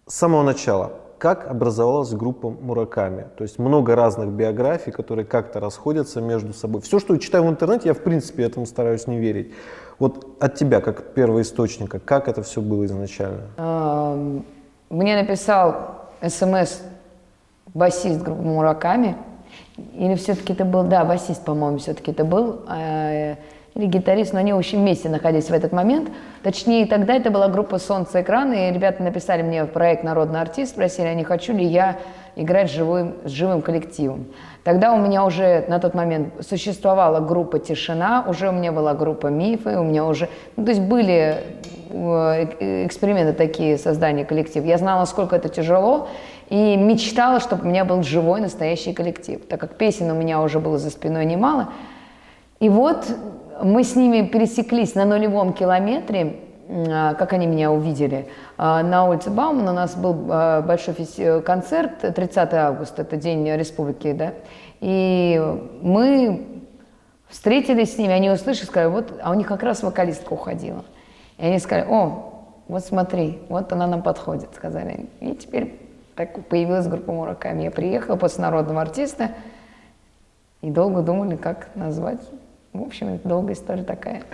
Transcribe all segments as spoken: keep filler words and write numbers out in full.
С самого начала, как образовалась группа Мураками? То есть много разных биографий, которые как-то расходятся между собой. Все, что я читаю в интернете, я в принципе этому стараюсь не верить. Вот от тебя, как первоисточника, как это все было изначально? Мне написал смс басист группы Мураками. Или все-таки это был, да, басист, по-моему, все-таки это был, э, или гитарист, но они очень вместе находились в этот момент. Точнее, тогда это была группа «Солнце экран», и ребята написали мне в проект «Народный артист», спросили, а не хочу ли я играть с живым, с живым коллективом. Тогда у меня уже на тот момент существовала группа «Тишина», уже у меня была группа «Мифы», у меня уже, ну, то есть были эксперименты такие, создания коллектива. Я знала, насколько это тяжело, и мечтала, чтобы у меня был живой, настоящий коллектив, так как песен у меня уже было за спиной немало. И вот мы с ними пересеклись на нулевом километре, как они меня увидели. На улице Баумана у нас был большой концерт, тридцатого августа, это День Республики, да, и мы встретились с ними, они услышали, сказали, вот, а у них как раз вокалистка уходила. И они сказали, о, вот смотри, вот она нам подходит, сказали. И теперь так появилась группа Мураками. Я приехала после «Народного артиста» и долго думали, как назвать. В общем, это долгая история такая.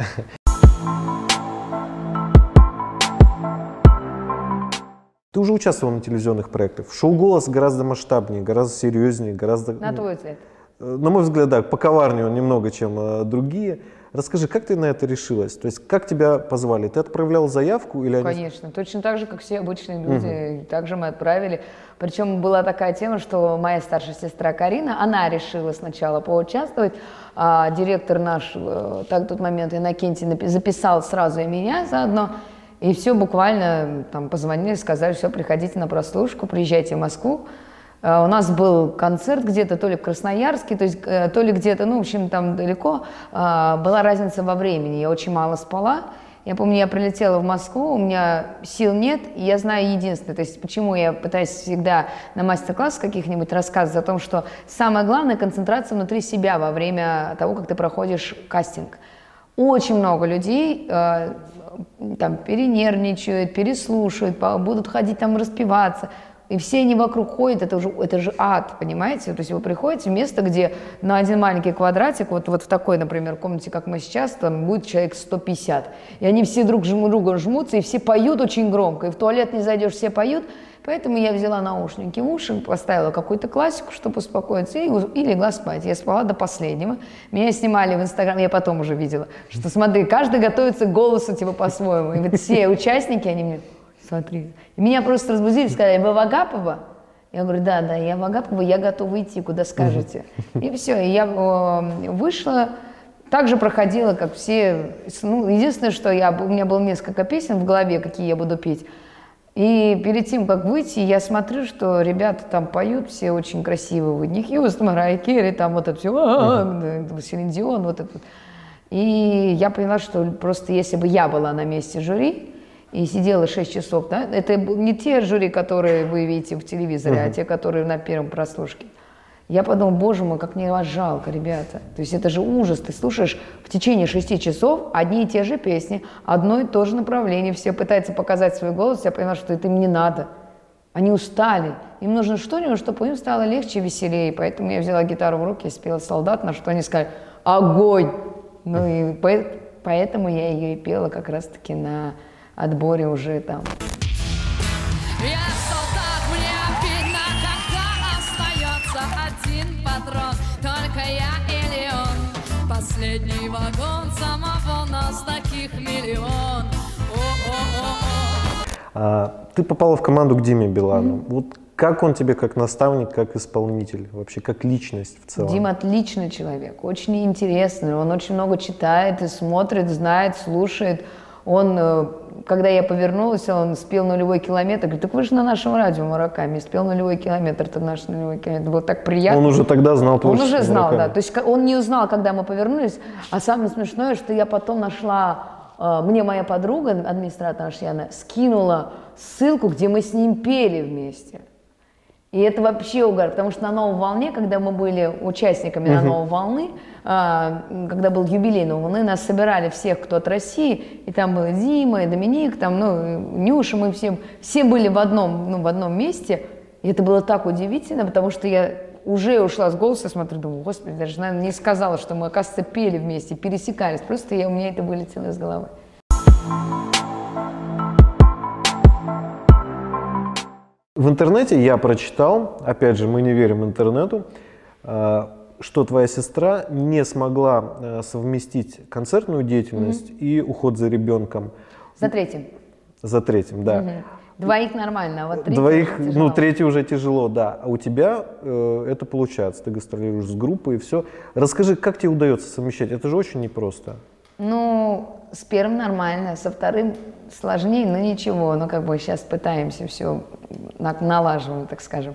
Ты уже участвовал на телевизионных проектах. Шоу «Голос» гораздо масштабнее, гораздо серьезнее, гораздо... На твой взгляд? На мой взгляд, да, поковарнее он немного, чем э, другие. Расскажи, как ты на это решилась? То есть, как тебя позвали? Ты отправлял заявку или они... Конечно, точно так же, как все обычные люди. Угу. Также мы отправили. Причем была такая тема, что моя старшая сестра Карина, она решила сначала поучаствовать, а директор наш, так в тот момент Иннокентий, записал сразу и меня заодно. И все буквально там позвонили, сказали, все, приходите на прослушку, приезжайте в Москву. Uh, у нас был концерт где-то, то ли в Красноярске, то, есть, uh, то ли где-то, ну, в общем, там далеко. Uh, была разница во времени, я очень мало спала. Я помню, я прилетела в Москву, у меня сил нет, и я знаю единственное, то есть почему я пытаюсь всегда на мастер-классах каких-нибудь рассказывать о том, что самое главное – концентрация внутри себя во время того, как ты проходишь кастинг. Очень много людей uh, там перенервничают, переслушают, будут ходить там распеваться. И все они вокруг ходят, это же, это же ад, понимаете? То есть вы приходите в место, где на один маленький квадратик, вот, вот в такой, например, комнате, как мы сейчас, там будет человек сто пятьдесят. И они все друг друга жмутся, и все поют очень громко. И в туалет не зайдешь, все поют. Поэтому я взяла наушники в уши, поставила какую-то классику, чтобы успокоиться, и, и легла спать. Я спала до последнего. Меня снимали в Инстаграм, я потом уже видела, что смотри, каждый готовится к голосу типа по-своему. И вот все участники, они мне... Смотри. И меня просто разбудили, сказали, вы Вагапова? Я говорю, да, да, я Вагапова, я готова идти, куда скажете. И все, и я э, вышла, также проходила, как все. Ну, единственное, что я, у меня было несколько песен в голове, какие я буду петь. И перед тем, как выйти, я смотрю, что ребята там поют, все очень красивые. Whitney Хьюстон, Марайя Керри, там вот это все, Селин Дион, вот это. И я поняла, что просто если бы я была на месте жюри, и сидела шесть часов, да, это не те жюри, которые вы видите в телевизоре, uh-huh. а те, которые на первом прослушке. Я подумала, боже мой, как мне вас жалко, ребята. То есть это же ужас, ты слушаешь в течение шести часов одни и те же песни, одно и то же направление, все пытаются показать свой голос, я поняла, что это им не надо. Они устали, им нужно что-нибудь, чтобы им стало легче и веселее. Поэтому я взяла гитару в руки и спела «Солдат», на что они сказали «Огонь!». Ну и поэтому я ее и пела как раз-таки на отборе уже там. Я солдат, мне обидно, когда остается один патрон, только я или он. Последний вагон, самого нас таких миллион. О-о-о-о. А, ты попала в команду к Диме Билану. Mm-hmm. Вот как он тебе как наставник, как исполнитель, вообще как личность в целом? Дима отличный человек, очень интересный, он очень много читает и смотрит, знает, слушает. Он, когда я повернулась, он спел «Нулевой километр». Говорит, так вы же на нашем радио Мураками. Спел «Нулевой километр», это наш «Нулевой километр». Это было так приятно. Он уже тогда знал творчество Он уже знал, Мураками. да. То есть он не узнал, когда мы повернулись. А самое смешное, что я потом нашла, мне моя подруга, администратор наша Яна, скинула ссылку, где мы с ним пели вместе. И это вообще угар, потому что на «Новой волне», когда мы были участниками на «Новой волны», а, когда был юбилей «Новой волны», нас собирали всех, кто от России, и там был Дима, и Доминик, там, ну, Нюша, мы все, все были в одном, ну, в одном месте, и это было так удивительно, потому что я уже ушла с голоса, смотрю, думаю, господи, даже, наверное, не сказала, что мы, оказывается, пели вместе, пересекались, просто я, у меня это вылетело из головы. В интернете я прочитал, опять же, мы не верим интернету, что твоя сестра не смогла совместить концертную деятельность mm-hmm. и уход за ребенком. За третьим. За третьим, да. Mm-hmm. Двоих нормально, а вот третий Двоих, ну, третий уже тяжело, да. А у тебя э, это получается, ты гастролируешь с группой и все. Расскажи, как тебе удается совмещать? Это же очень непросто. Ну, с первым нормально, со вторым сложнее, но ничего. Ну, как бы сейчас пытаемся все налаживаем, так скажем.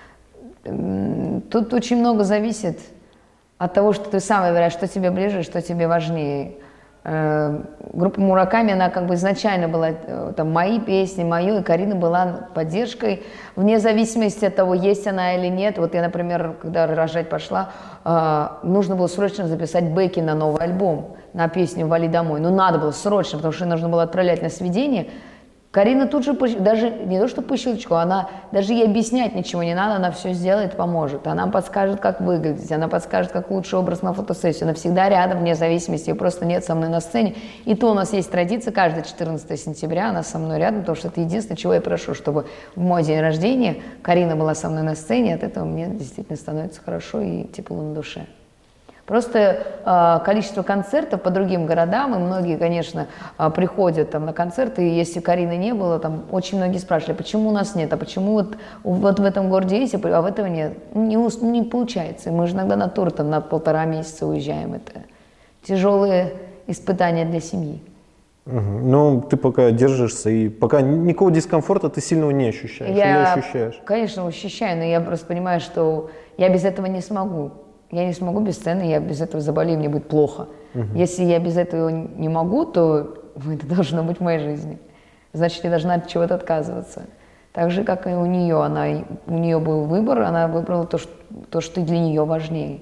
Тут очень много зависит от того, что ты сам выбираешь, что тебе ближе, что тебе важнее. Группа Мураками, она как бы изначально была, там, мои песни, мою, и Карина была поддержкой, вне зависимости от того, есть она или нет. Вот я, например, когда рожать пошла, нужно было срочно записать бэки на новый альбом, на песню «Вали домой». Ну, надо было срочно, потому что нужно было отправлять на сведение. Карина тут же, даже не то что по щелчку, она, даже ей объяснять ничего не надо, она все сделает, поможет. Она подскажет, как выглядеть, она подскажет, как лучший образ на фотосессию. Она всегда рядом, вне зависимости, ее просто нет со мной на сцене. И то у нас есть традиция, каждое четырнадцатое сентября она со мной рядом, потому что это единственное, чего я прошу, чтобы в мой день рождения Карина была со мной на сцене, от этого мне действительно становится хорошо и тепло на душе. Просто э, количество концертов по другим городам, и многие, конечно, э, приходят там на концерты, и если Карины не было, там очень многие спрашивали, почему у нас нет, а почему вот, вот в этом городе есть, а в этом нет. Не, не получается. Мы же иногда на тур там на полтора месяца уезжаем. Это тяжелые испытания для семьи. Угу. Ну, ты пока держишься, и пока никакого дискомфорта ты сильного не ощущаешь. Я, или ощущаешь? Конечно, ощущаю, но я просто понимаю, что я без этого не смогу. Я не смогу без сцены, я без этого заболею, мне будет плохо. Угу. Если я без этого не могу, то это должно быть в моей жизни. Значит, я должна от чего-то отказываться. Так же, как и у нее. Она, у нее был выбор, она выбрала то, что, то, что для нее важнее.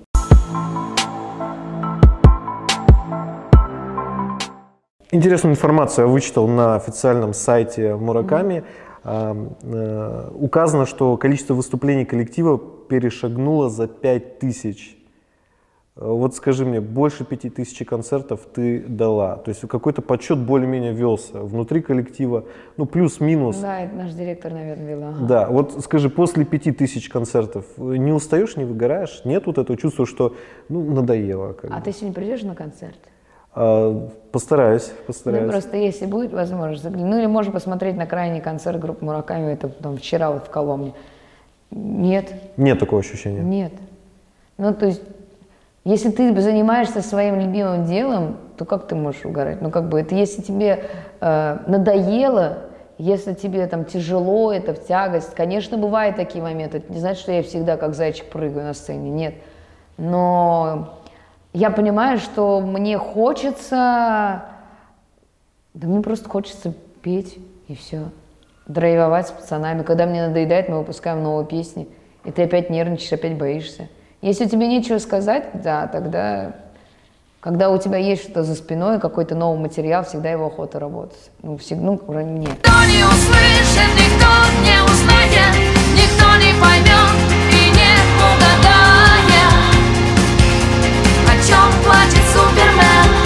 Интересную информацию я вычитал на официальном сайте Мураками. Mm-hmm. Указано, что количество выступлений коллектива перешагнуло за пять тысяч. Вот скажи мне, больше пяти тысяч концертов ты дала, то есть какой-то подсчет более-менее велся внутри коллектива, ну плюс-минус. Да, это наш директор, наверное, вела. Ага. Да, вот скажи, после пяти тысяч концертов не устаешь, не выгораешь? Нет вот этого чувства, что ну надоело? Как а бы. Ты сегодня придешь на концерт? А, постараюсь, постараюсь. Ну просто если будет возможность, ну или можно посмотреть на крайний концерт группы Мураками, это там вчера вот в Коломне. Нет. Нет такого ощущения? Нет. Ну то есть если ты занимаешься своим любимым делом, то как ты можешь угорать? Ну, как бы, это если тебе э, надоело, если тебе там тяжело, это в тягость. Конечно, бывают такие моменты. Это не значит, что я всегда как зайчик прыгаю на сцене. Нет. Но я понимаю, что мне хочется... Да мне просто хочется петь, и все. Драйвовать с пацанами. Когда мне надоедает, мы выпускаем новые песни. И ты опять нервничаешь, опять боишься. Если тебе нечего сказать, да, тогда, когда у тебя есть что-то за спиной, какой-то новый материал, всегда его охота работать. Ну, всегда, ну, уже нет. Никто не услышит, никто не узнает, никто не поймет и не угадает, о чем плачет Супермен.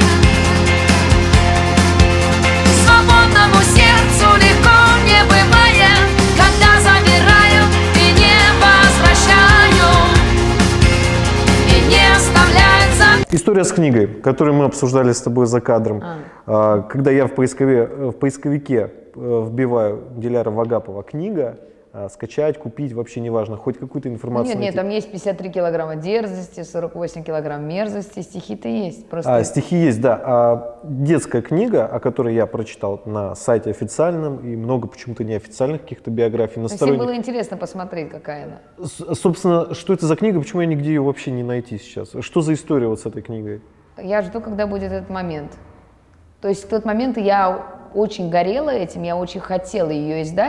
Свободному сердцу легко не бывает, когда забирают и не возвращают. История с книгой, которую мы обсуждали с тобой за кадром. А. Когда я в, поискове, в поисковике вбиваю Диляра Вагапова «книга», скачать, купить, вообще неважно, хоть какую-то информацию. Нет, найти. нет, там есть пятьдесят три килограмма дерзости, сорок восемь килограмм мерзости, стихи-то есть. Просто... А, стихи есть, да. А детская книга, о которой я прочитал на сайте официальном, и много почему-то неофициальных каких-то биографий. Если сторонних... было интересно посмотреть, какая она. С собственно, что это за книга, почему я нигде ее вообще не найти сейчас? Что за история вот с этой книгой? Я жду, когда будет этот момент. То есть в тот момент я очень горела этим, я очень хотела ее издать.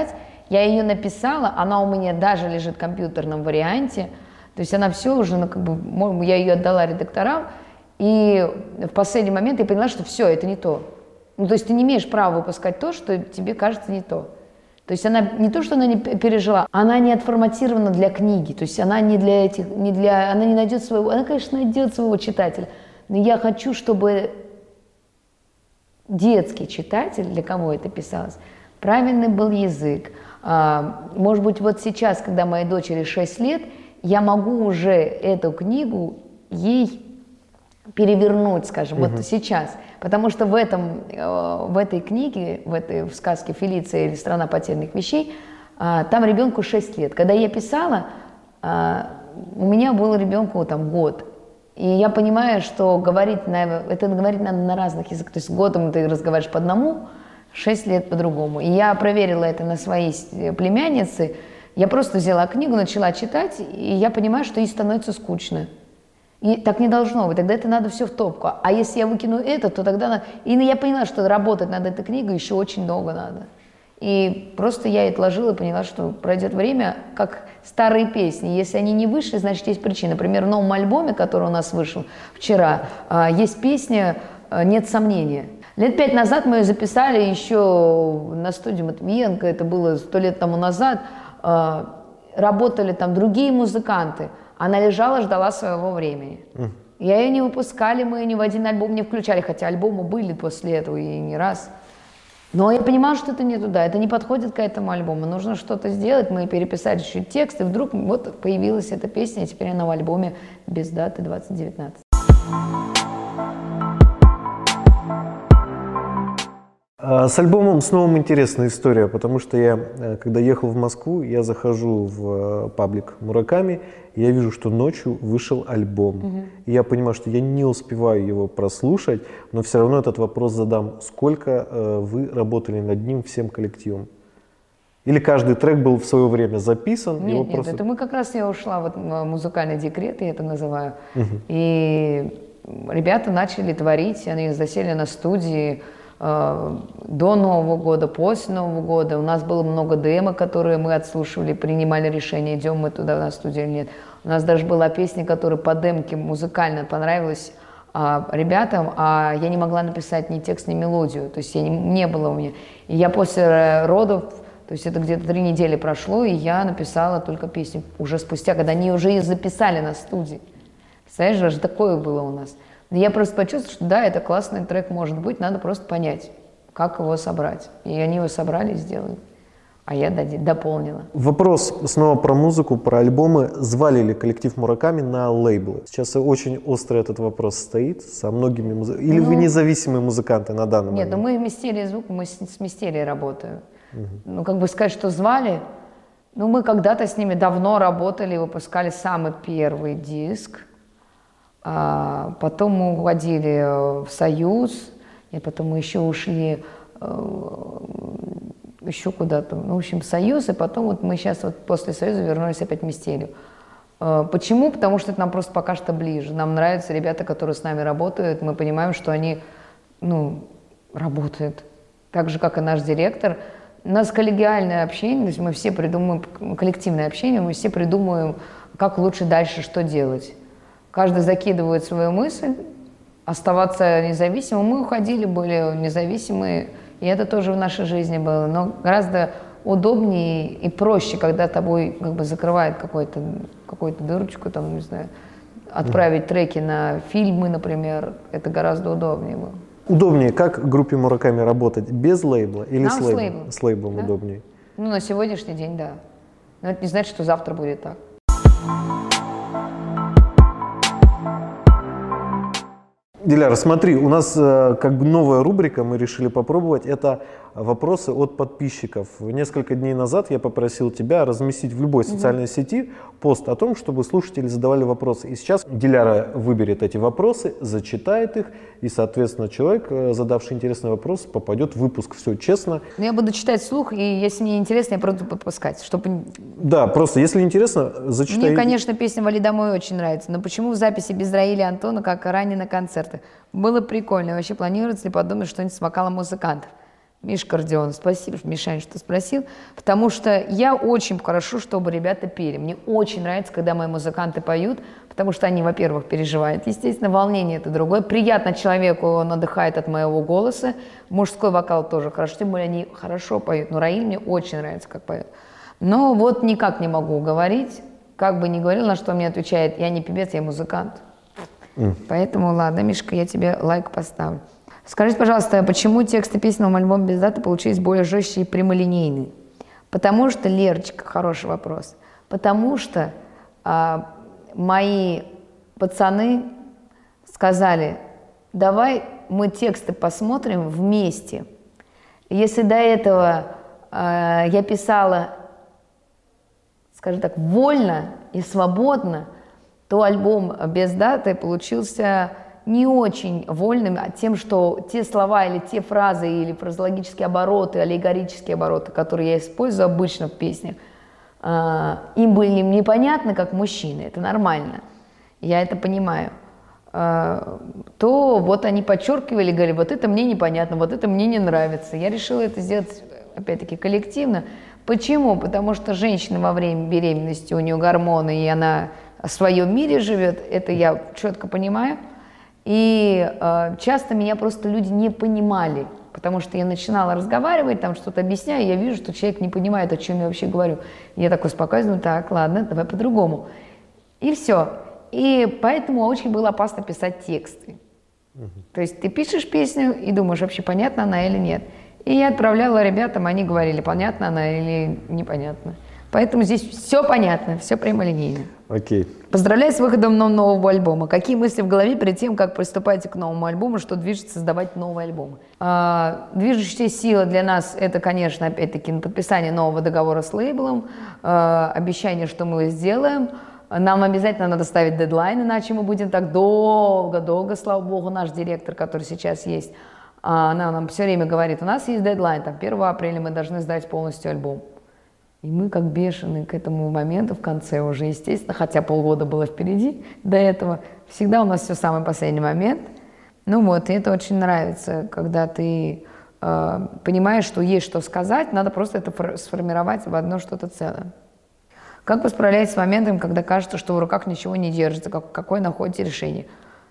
Я ее написала, она у меня даже лежит в компьютерном варианте, то есть она все уже, ну, как бы, я ее отдала редакторам, и в последний момент я поняла, что все, это не то. Ну, то есть ты не имеешь права выпускать то, что тебе кажется не то. То есть она не то, что она не пережила, она не отформатирована для книги, то есть она не для этих, не для, она не найдет своего, она, конечно, найдет своего читателя, но я хочу, чтобы детский читатель, для кого это писалось, правильный был язык. Может быть, вот сейчас, когда моей дочери шесть лет, я могу уже эту книгу ей перевернуть, скажем, uh-huh. вот сейчас. Потому что в, этом, в этой книге, в этой в сказке «Фелиция» или «Страна потерянных вещей», там ребенку шесть лет. Когда я писала, у меня был ребенку там год. И я понимаю, что говорить на, это говорить надо на разных языках. То есть годом ты разговариваешь по одному, шесть лет по-другому. И я проверила это на своей племяннице. Я просто взяла книгу, начала читать, и я понимаю, что ей становится скучно. И так не должно быть, тогда это надо все в топку. А если я выкину это, то тогда... Надо... И я поняла, что работать над этой книгой еще очень долго надо. И просто я это отложила и поняла, что пройдет время, как старые песни. Если они не вышли, значит, есть причина. Например, в новом альбоме, который у нас вышел вчера, есть песня «Нет сомнения». Лет пять назад мы ее записали еще на студии Матвиенко, это было сто лет тому назад. Работали там другие музыканты. Она лежала, ждала своего времени. Mm. Я ее не выпускали, мы ее ни в один альбом не включали, хотя альбомы были после этого и не раз. Но я понимала, что это не туда, это не подходит к этому альбому. Нужно что-то сделать, мы переписали еще текст, и вдруг вот появилась эта песня, и теперь она в альбоме без даты двадцать девятнадцать. С альбомом с новым интересная история, потому что я, когда ехал в Москву, я захожу в паблик Мураками, и я вижу, что ночью вышел альбом. Угу. И я понимаю, что я не успеваю его прослушать, но все равно этот вопрос задам. Сколько э, вы работали над ним всем коллективом? Или каждый трек был в свое время записан? Нет, его нет, просто... это мы как раз, я ушла вот в музыкальный декрет, я это называю. Угу. И ребята начали творить, они засели на студии, до Нового года, после Нового года. У нас было много демо, которые мы отслушивали, принимали решение, идем мы туда на студию или нет. У нас даже была песня, которая по демке музыкально понравилась а, ребятам, а я не могла написать ни текст, ни мелодию. То есть я не, не было у меня. И я после родов, то есть это где-то три недели прошло, и я написала только песню уже спустя, когда они уже ее записали на студии. Представляешь, даже такое было у нас. Я просто почувствовала, что да, это классный трек может быть, надо просто понять, как его собрать. И они его собрали и сделали, а я дополнила. Вопрос снова про музыку, про альбомы. Звали ли коллектив Мураками на лейблы? Сейчас очень острый этот вопрос стоит со многими музыкантами. Или ну, вы независимые музыканты на данный нет, момент? Нет, ну мы в Мистерии звук, мы с, с Мистерией работаем. Угу. Ну как бы сказать, что звали, ну мы когда-то с ними давно работали, выпускали самый первый диск. А потом мы уходили в Союз, и потом мы еще ушли э, еще куда-то, ну, в общем, в Союз, и потом вот мы сейчас вот после Союза вернулись опять в Мистерию. Э, почему? Потому что это нам просто пока что ближе. Нам нравятся ребята, которые с нами работают, мы понимаем, что они, ну, работают так же, как и наш директор. У нас коллегиальное общение, то есть мы все придумываем, коллективное общение, мы все придумываем, как лучше дальше, что делать. Каждый закидывает свою мысль, оставаться независимым. Мы уходили, были независимые, и это тоже в нашей жизни было. Но гораздо удобнее и проще, когда тобой как бы закрывает какую-то какую-то дырочку, там, не знаю, отправить треки на фильмы, например. Это гораздо удобнее было. Удобнее, как группе Мураками работать? Без лейбла или Нам с лейблом? С лейблом, с лейблом да? Удобнее. Ну, на сегодняшний день, да. Но это не значит, что завтра будет так. Диляра, смотри, у нас э, как бы новая рубрика, мы решили попробовать, это вопросы от подписчиков. Несколько дней назад я попросил тебя разместить в любой социальной mm-hmm. сети пост о том, чтобы слушатели задавали вопросы. И сейчас Диляра выберет эти вопросы, зачитает их, и, соответственно, человек, задавший интересный вопрос, попадет в выпуск. Все честно. Но я буду читать вслух, и если мне интересно, я просто подпускать, чтобы... Да, просто если интересно, зачитай. Мне, конечно, песня «Вали домой» очень нравится, но почему в записи без Раиля и Антона, как и ранее на концерты? Было прикольно. Вообще планируется ли подумать что-нибудь с вокалом музыкантов? Мишка Родион, спасибо, Мишань, что спросил, потому что я очень хорошо, чтобы ребята пели. Мне очень нравится, когда мои музыканты поют, потому что они, во-первых, переживают. Естественно, волнение это другое. Приятно человеку, он отдыхает от моего голоса. Мужской вокал тоже хорошо, тем более они хорошо поют. Но Раиль мне очень нравится, как поет. Но вот никак не могу говорить. Как бы ни говорил, на что мне отвечает, я не певец, я музыкант. Mm. Поэтому, ладно, Мишка, я тебе лайк поставлю. Скажите, пожалуйста, почему тексты песен на альбоме «Без даты» получились более жестче и прямолинейные? Потому что, Лерочка, хороший вопрос, потому что а, мои пацаны сказали, давай мы тексты посмотрим вместе. Если до этого а, я писала, скажем так, вольно и свободно, то альбом «Без даты» получился не очень вольным, а тем, что те слова или те фразы, или фразеологические обороты, аллегорические обороты, которые я использую обычно в песнях, э, им были непонятны как мужчины, это нормально, я это понимаю, э, то вот они подчеркивали, говорили, вот это мне непонятно, вот это мне не нравится. Я решила это сделать, опять-таки, коллективно. Почему? Потому что женщина во время беременности, у нее гормоны, и она в своем мире живет, это я четко понимаю. И э, часто меня просто люди не понимали, потому что я начинала разговаривать, там что-то объясняю, и я вижу, что человек не понимает, о чем я вообще говорю. Я так успокаиваюсь, ну так, ладно, давай по-другому. И все. И поэтому очень было опасно писать тексты. Uh-huh. То есть ты пишешь песню и думаешь, вообще понятна она или нет. И я отправляла ребятам, они говорили, понятна она или непонятно. Поэтому здесь все понятно, все прямолинейно. Окей. Поздравляю с выходом нового альбома. Какие мысли в голове перед тем, как приступаете к новому альбому, что движет создавать новые альбомы? А, движущая сила для нас это, конечно, опять-таки подписание нового договора с лейблом, а, обещание, что мы его сделаем. Нам обязательно надо ставить дедлайн, иначе мы будем так долго-долго, слава богу, наш директор, который сейчас есть, она нам все время говорит, у нас есть дедлайн, там первого апреля мы должны сдать полностью альбом. И мы как бешеные к этому моменту в конце уже, естественно, хотя полгода было впереди до этого, всегда у нас все самый последний момент. Ну вот, и это очень нравится, когда ты э, понимаешь, что есть что сказать, надо просто это сформировать в одно что-то целое. Как вы справляетесь с моментом, когда кажется, что в руках ничего не держится, как, какое находите решение?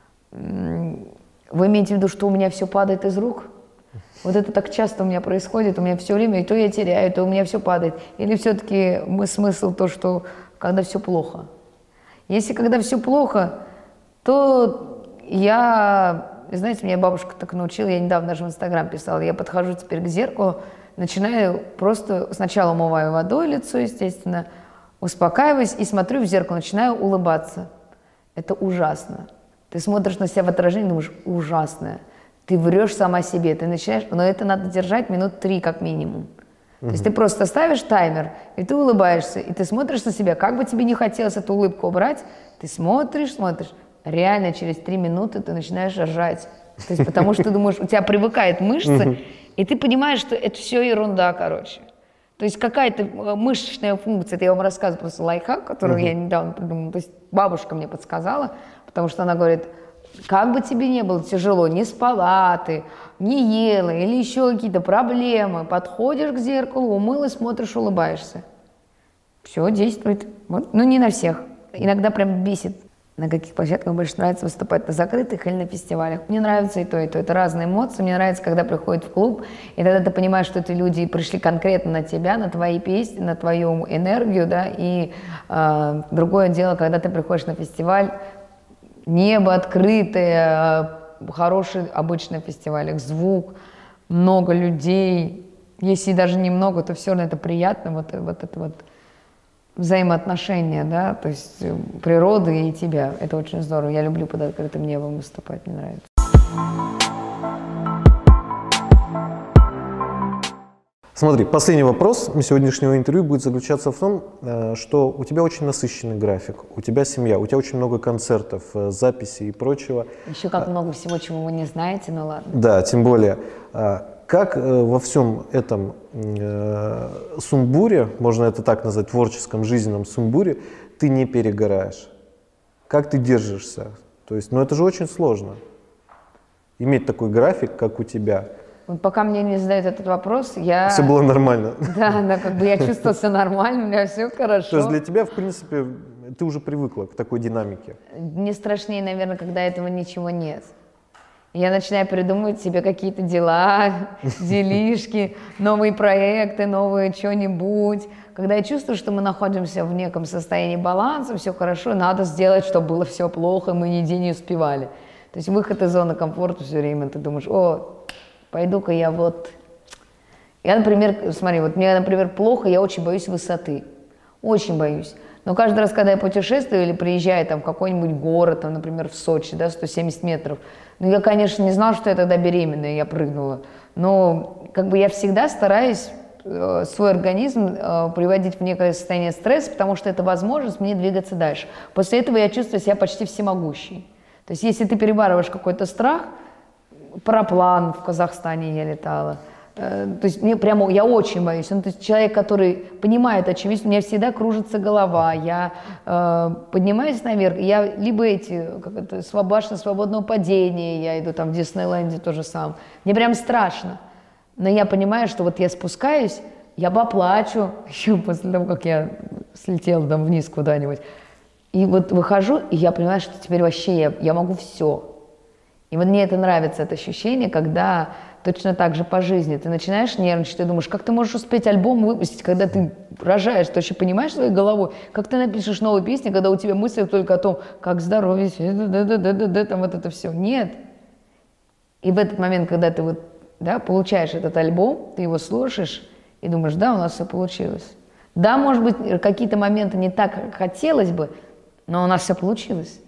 Вы имеете в виду, что у меня все падает из рук? Вот это так часто у меня происходит, у меня все время, и то я теряю, то у меня все падает. Или все-таки смысл то, что когда все плохо? Если когда все плохо, то я, знаете, меня бабушка так научила, я недавно даже в Инстаграм писала, я подхожу теперь к зеркалу, начинаю просто, сначала умываю водой лицо, естественно, успокаиваюсь и смотрю в зеркало, начинаю улыбаться. Это ужасно. Ты смотришь на себя в отражении, думаешь, ужасное. Ты врешь сама себе, ты начинаешь, но это надо держать минут три как минимум. Uh-huh. То есть ты просто ставишь таймер, и ты улыбаешься, и ты смотришь на себя, как бы тебе не хотелось эту улыбку убрать, ты смотришь, смотришь, реально через три минуты ты начинаешь ржать. То есть потому что ты думаешь, у тебя привыкает мышцы, uh-huh. и ты понимаешь, что это все ерунда, короче. То есть какая-то мышечная функция, это я вам рассказываю просто лайфхак, который uh-huh. я недавно придумала, то есть бабушка мне подсказала, потому что она говорит, как бы тебе не было тяжело, не спала ты, не ела или еще какие-то проблемы, подходишь к зеркалу, умылась, смотришь, улыбаешься. Все действует. Вот. Ну, не на всех. Иногда прям бесит. На каких площадках больше нравится выступать, на закрытых или на фестивалях. Мне нравится и то, и то. Это разные эмоции. Мне нравится, когда приходят в клуб, и тогда ты понимаешь, что эти люди пришли конкретно на тебя, на твои песни, на твою энергию, да, и э, другое дело, когда ты приходишь на фестиваль, небо открытое, хороший обычный фестиваль, звук, много людей. Если даже немного, то все равно это приятно, вот, вот это вот взаимоотношения, да, то есть природы и тебя. Это очень здорово. Я люблю под открытым небом выступать, мне нравится. Смотри, последний вопрос сегодняшнего интервью будет заключаться в том, что у тебя очень насыщенный график, у тебя семья, у тебя очень много концертов, записей и прочего. Еще как много всего, чего вы не знаете, ну ладно. Да, тем более. Как во всем этом сумбуре, можно это так назвать, творческом, жизненном сумбуре, ты не перегораешь? Как ты держишься? То есть, ну это же очень сложно. Иметь такой график, как у тебя. Вот пока мне не задают этот вопрос, я... Все было нормально. Да, да, как бы я чувствовала себя нормально, у меня все хорошо. То есть для тебя, в принципе, ты уже привыкла к такой динамике? Мне страшнее, наверное, когда этого ничего нет. Я начинаю придумывать себе какие-то дела, делишки, новые проекты, новые что-нибудь. Когда я чувствую, что мы находимся в неком состоянии баланса, все хорошо, надо сделать, чтобы было все плохо, мы нигде не успевали. То есть выход из зоны комфорта все время, ты думаешь, о, пойду-ка я вот... Я, например, смотри, вот мне, например, плохо, я очень боюсь высоты. Очень боюсь. Но каждый раз, когда я путешествую или приезжаю там, в какой-нибудь город, там, например, в Сочи, да, сто семьдесят метров, ну, я, конечно, не знала, что я тогда беременная, я прыгнула. Но как бы я всегда стараюсь э, свой организм э, приводить в некое состояние стресса, потому что это возможность мне двигаться дальше. После этого я чувствую себя почти всемогущей. То есть если ты перебарываешь какой-то страх, параплан в Казахстане я летала, то есть мне прямо, я очень боюсь. Ну, то есть человек, который понимает очевидность, у меня всегда кружится голова, я э, поднимаюсь наверх, я либо эти, как это, башня свободного падения, я иду там в Диснейленде тоже сам. Мне прям страшно. Но я понимаю, что вот я спускаюсь, я поплачу, еще после того, как я слетела там вниз куда-нибудь. И вот выхожу, и я понимаю, что теперь вообще я, я могу все. И вот мне это нравится, это ощущение, когда точно так же по жизни ты начинаешь нервничать, ты думаешь, как ты можешь успеть альбом выпустить, когда ты рожаешь, ты вообще понимаешь своей головой, как ты напишешь новую песню, когда у тебя мысли только о том, как здоровье, да-да-да-да-да, там вот это все. Нет. И в этот момент, когда ты вот, да, получаешь этот альбом, ты его слушаешь и думаешь, да, у нас все получилось. Да, может быть, какие-то моменты не так, как хотелось бы, но у нас все получилось.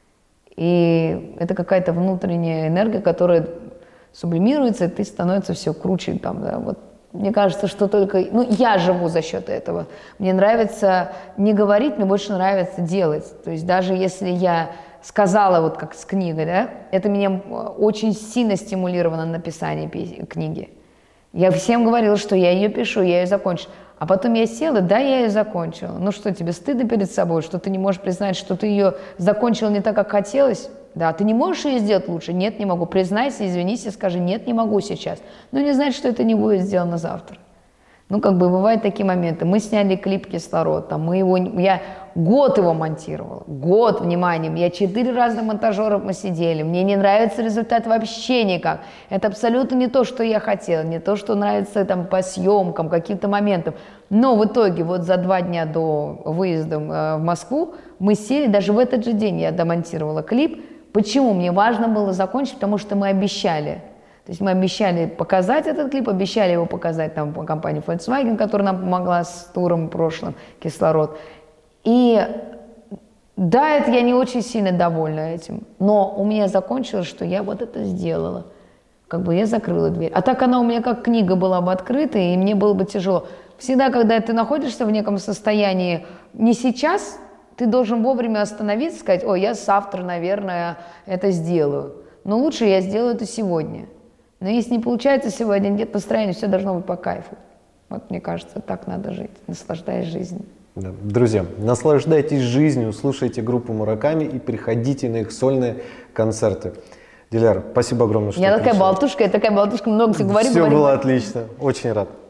И это какая-то внутренняя энергия, которая сублимируется, и ты становится все круче. Там, да, вот. Мне кажется, что только... Ну, я живу за счет этого. Мне нравится не говорить, мне больше нравится делать. То есть даже если я сказала, вот как с книгой, да, это меня очень сильно стимулировало на написание книги. Я всем говорила, что я ее пишу, я ее закончу. А потом я села, да, я ее закончила. Ну что, тебе стыдно перед собой, что ты не можешь признать, что ты ее закончила не так, как хотелось? Да, ты не можешь ее сделать лучше? Нет, не могу. Признайся, извинись и скажи, нет, не могу сейчас. Но не значит, что это не будет сделано завтра. Ну, как бы бывают такие моменты. Мы сняли клип «Кислород», там, мы его, я год его монтировала, год, вниманием. Я четыре разных монтажера мы сидели. Мне не нравится результат вообще никак. Это абсолютно не то, что я хотела, не то, что нравится там по съемкам, каким-то моментам. Но в итоге вот за два дня до выезда в Москву мы сели, даже в этот же день я домонтировала клип. Почему? Мне важно было закончить, потому что мы обещали. То есть мы обещали показать этот клип, обещали его показать там по компании Volkswagen, которая нам помогла с туром в прошлом «Кислород». И да, это я не очень сильно довольна этим, но у меня закончилось, что я вот это сделала. Как бы я закрыла дверь. А так она у меня как книга была бы открыта, и мне было бы тяжело. Всегда, когда ты находишься в неком состоянии не сейчас, ты должен вовремя остановиться и сказать, ой, я завтра, наверное, это сделаю. Но лучше я сделаю это сегодня. Но если не получается сегодня, нет настроения, все должно быть по кайфу. Вот мне кажется, так надо жить, наслаждаясь жизнью. Да. Друзья, наслаждайтесь жизнью, слушайте группу Мураками и приходите на их сольные концерты. Диляра, спасибо огромное, что Я такая пришла. болтушка, я такая болтушка, много всего говорю. Все говорю. было отлично, очень рад.